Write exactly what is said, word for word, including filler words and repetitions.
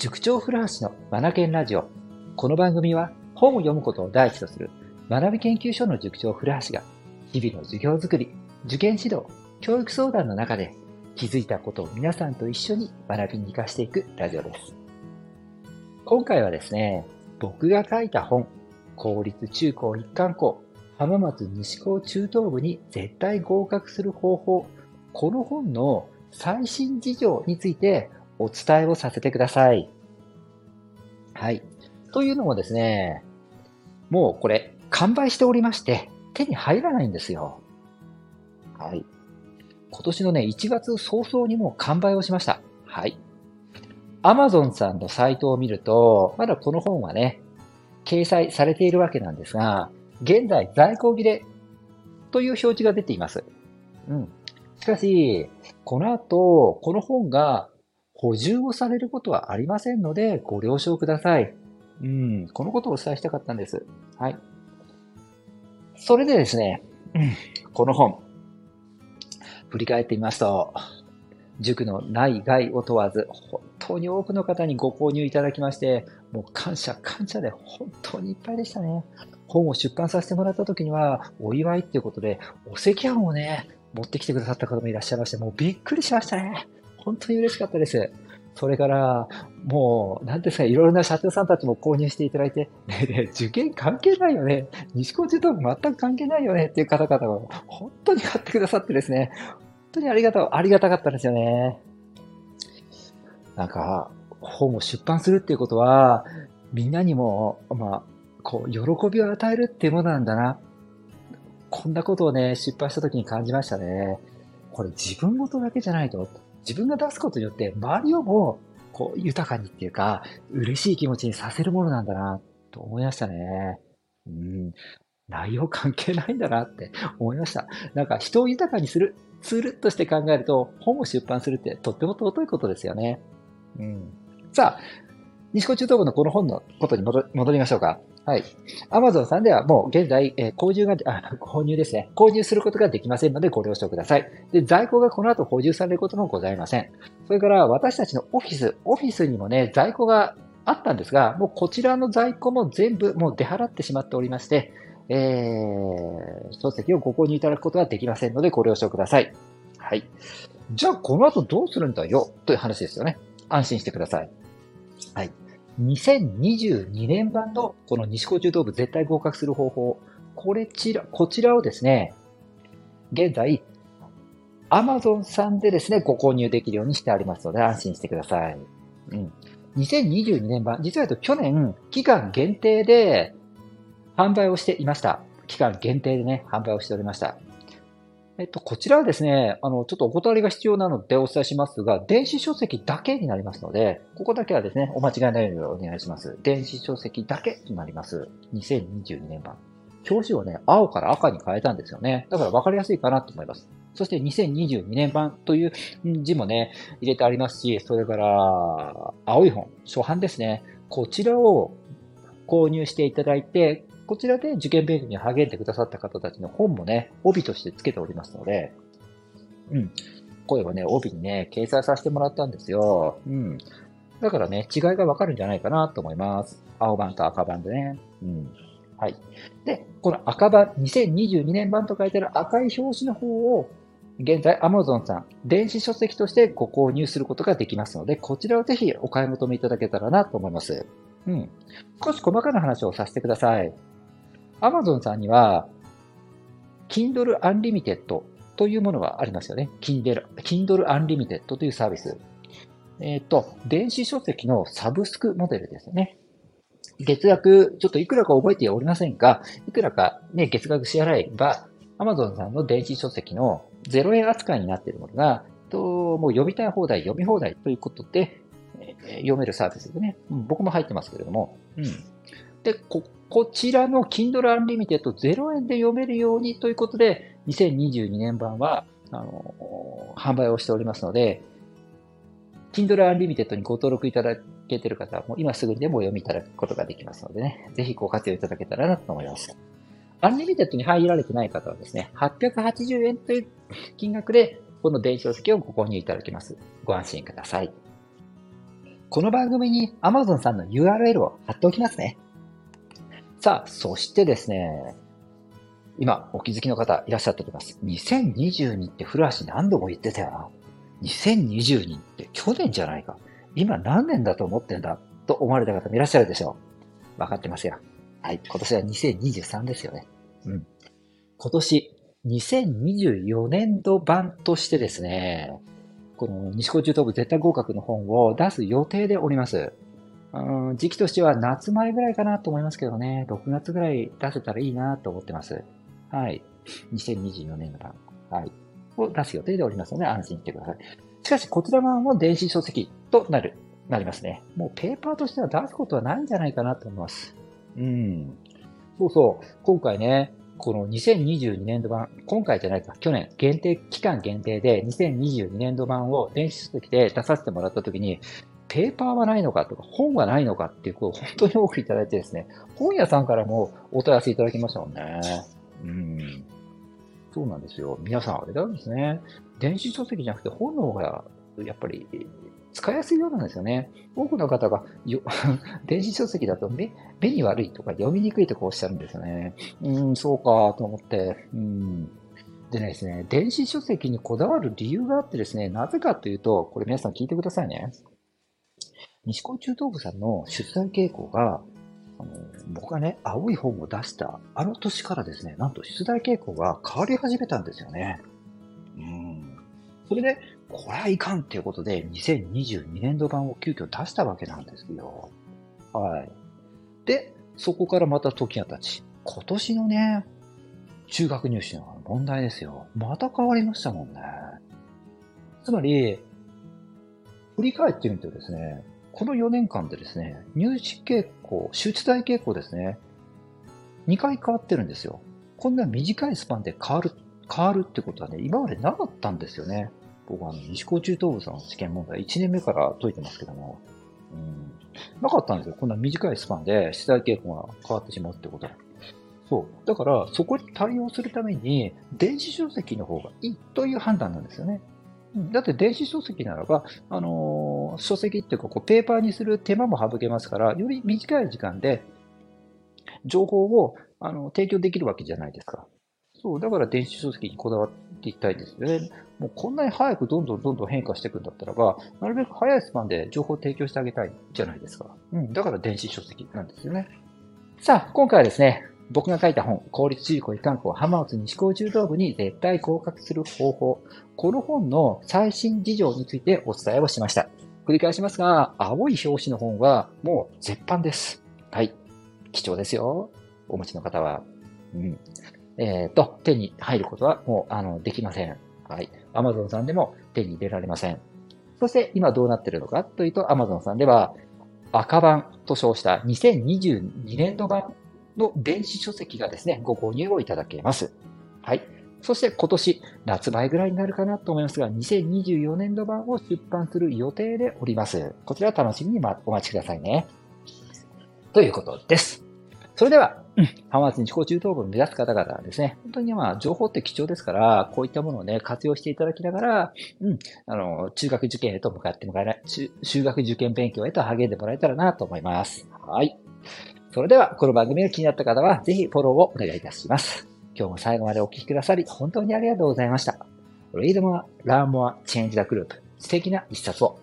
塾長古橋のマナケンラジオ。この番組は本を読むことを第一とする学び研究所の塾長古橋が日々の授業づくり、受験指導、教育相談の中で気づいたことを皆さんと一緒に学びに生かしていくラジオです。今回はですね、僕が書いた本、公立中高一貫校浜松西高中等部に絶対合格する方法、この本の最新事情についてお伝えをさせてください。はい。というのもですね、もうこれ完売しておりまして手に入らないんですよ。はい。今年のね、いちがつ早々にもう完売をしました。はい。Amazon さんのサイトを見ると、まだこの本はね、掲載されているわけなんですが、現在在庫切れという表示が出ています。うん。しかし、この後、この本が補充をされることはありませんので、ご了承ください。うん。このことをお伝えしたかったんです。はい。それでですね、うん、この本、振り返ってみますと、塾の内外を問わず、本当に多くの方にご購入いただきまして、もう感謝感謝で本当にいっぱいでしたね。本を出版させてもらった時には、お祝いっていうことで、お赤飯をね、持ってきてくださった方もいらっしゃいまして、もうびっくりしましたね。本当に嬉しかったです。それから、もう、なんですか、いろいろな社長さんたちも購入していただいて、ねえねえ、受験関係ないよね。西高中等部全く関係ないよねっていう方々が本当に買ってくださってですね、本当にありがた、ありがたかったですよね。なんか、本を出版するっていうことは、みんなにも、まあ、こう、喜びを与えるっていうものなんだな。こんなことをね、出版した時に感じましたね。これ自分ごとだけじゃないと。自分が出すことによって、周りをも、こう、豊かにっていうか、嬉しい気持ちにさせるものなんだな、と思いましたね。うん。内容関係ないんだなって思いました。なんか人を豊かにするツールとして考えると、本を出版するってとっても尊いことですよね。うん。さあ、西高中等部のこの本のことに戻戻りましょうか。はい。Amazon さんではもう現在、えー購入が、あ、購入ですね。購入することができませんのでご了承ください。で、在庫がこの後補充されることもございません。それから私たちのオフィス、オフィスにもね、在庫があったんですが、もうこちらの在庫も全部もう出払ってしまっておりまして、えー、書籍をご購入いただくことはできませんのでご了承ください。はい。じゃあこの後どうするんだよという話ですよね。安心してください。はい。にせんにじゅうにねん版のこの西高中等部絶対合格する方法、これちら、こちらをですね、現在、Amazon さんでですね、ご購入できるようにしてありますので安心してください。うん。にせんにじゅうにねん版、実は言うと去年、期間限定で販売をしていました。期間限定でね、販売をしておりました。えっと、こちらはですね、あの、ちょっとお断りが必要なのでお伝えしますが、電子書籍だけになりますので、ここだけはですね、お間違いないようにお願いします。電子書籍だけになります。にせんにじゅうにねん版。表紙をね、青から赤に変えたんですよね。だから分かりやすいかなと思います。そしてにせんにじゅうにねん版という字もね、入れてありますし、それから、青い本、初版ですね。こちらを購入していただいて、こちらで受験勉強に励んでくださった方たちの本もね、帯として付けておりますので、うん。声はね、帯にね、掲載させてもらったんですよ。うん。だからね、違いがわかるんじゃないかなと思います。青版と赤版でね。うん。はい。で、この赤版、にせんにじゅうにねん版と書いてある赤い表紙の方を、現在 Amazon さん、電子書籍としてご購入することができますので、こちらをぜひお買い求めいただけたらなと思います。うん。少し細かな話をさせてください。Amazon さんには、Kindle Unlimited というものがありますよね。Kindle, Kindle Unlimited というサービス。えっと、電子書籍のサブスクモデルですね。月額、ちょっといくらか覚えておりませんが、いくらかね、月額支払えば、Amazon さんの電子書籍のゼロえん扱いになっているものが、ともう読みたい放題、読み放題ということで、えー読めるサービスでね、うん、僕も入ってますけれども、うん。で、こ、こちらの Kindle Unlimited ゼロえんで読めるようにということで、にせんにじゅうにねん版は、あの、販売をしておりますので、Kindle Unlimited にご登録いただけている方は、もう今すぐにでもお読みいただくことができますのでね、ぜひご活用いただけたらなと思います。Unlimited に入られてない方はですね、はっぴゃくはちじゅうえんという金額で、この電子書籍をご購入いただけます。ご安心ください。 この番組に Amazon さんの ユーアールエル を貼っておきますね。さあ、そしてですね、今お気づきの方いらっしゃったと思います。にせんにじゅうにって古橋何度も言ってたよな。にせんにじゅうにって去年じゃないか。今何年だと思ってんだと思われた方もいらっしゃるでしょう。わかってますよ。はい。今年はにせんにじゅうさんですよね。うん。今年にせんにじゅうよねんど版としてですね、この西高中等部絶対合格の本を出す予定でおります。うん、時期としては夏前ぐらいかなと思いますけどね。ろくがつぐらい出せたらいいなと思ってます。はい。にせんにじゅうよねんの版。はい。を出す予定でおりますので安心してください。しかし、こちら版も電子書籍となる、なりますね。もうペーパーとしては出すことはないんじゃないかなと思います。うん。そうそう。今回ね、このにせんにじゅうにねんど版、今回じゃないか、去年、限定、期間限定でにせんにじゅうにねんど版を電子書籍で出させてもらったときに、ペーパーはないのかとか、本はないのかっていう声を本当に多くいただいてですね、本屋さんからもお問い合わせいただきましたもんね。うん。そうなんですよ。皆さんあれなんですね。電子書籍じゃなくて本の方がやっぱり使いやすいようなんですよね。多くの方がよ電子書籍だと目目に悪いとか読みにくいとかおっしゃるんですよね。うん、そうかと思って。うん。でですね、電子書籍にこだわる理由があってですね、なぜかというと、これ皆さん聞いてくださいね。西高中等部さんの出題傾向が、あの僕がね、青い本を出したあの年からですね、なんと出題傾向が変わり始めたんですよね。うん。それで、これはいかんっていうことで、にせんにじゅうにねんど版を急遽出したわけなんですよ。はい。で、そこからまた時が経ち、今年のね、中学入試の問題ですよ。また変わりましたもんね。つまり、振り返ってみるとですね、このよねんかんでですね、入試傾向、出題傾向ですね、にかい変わってるんですよ。こんな短いスパンで変わる、変わるってことはね、今までなかったんですよね。僕はあの、西高中等部さんの試験問題いちねんめから解いてますけども、うん、なかったんですよ。こんな短いスパンで出題傾向が変わってしまうってことは。そう。だから、そこに対応するために、電子書籍の方がいいという判断なんですよね。だって電子書籍ならば、あのー書籍っていうかこうペーパーにする手間も省けますから、より短い時間で情報をあの提供できるわけじゃないですか。そう、だから電子書籍にこだわっていきたいですよね。もうこんなに早くどんどんどんどん変化していくんだったらば、なるべく早いスパンで情報を提供してあげたいじゃないですか。うん、だから電子書籍なんですよね。さあ、今回はですね、僕が書いた本、公立中高一貫校浜松西高中等部に絶対合格する方法。この本の最新事情についてお伝えをしました。繰り返しますが、青い表紙の本はもう絶版です。はい。貴重ですよ。お持ちの方は。うん。えっと、手に入ることはもう、あの、できません。はい。Amazon さんでも手に入れられません。そして今どうなっているのかというと、Amazon さんでは、赤版と称したにせんにじゅうにねんど版の電子書籍がですね、ご購入をいただけます。はい。そして今年、夏前ぐらいになるかなと思いますが、にせんにじゅうよねんど版を出版する予定でおります。こちら楽しみにお待ちくださいね。ということです。それでは、うん、浜松西高中等部を目指す方々はですね、本当にまあ、情報って貴重ですから、こういったものをね、活用していただきながら、うん、あの、中学受験へと向かってもらえない、中学受験勉強へと励んでもらえたらなと思います。はい。それでは、この番組が気になった方は、ぜひフォローをお願いいたします。今日も最後までお聞きくださり、本当にありがとうございました。Read more, learn more, change the group. 素敵な一冊を。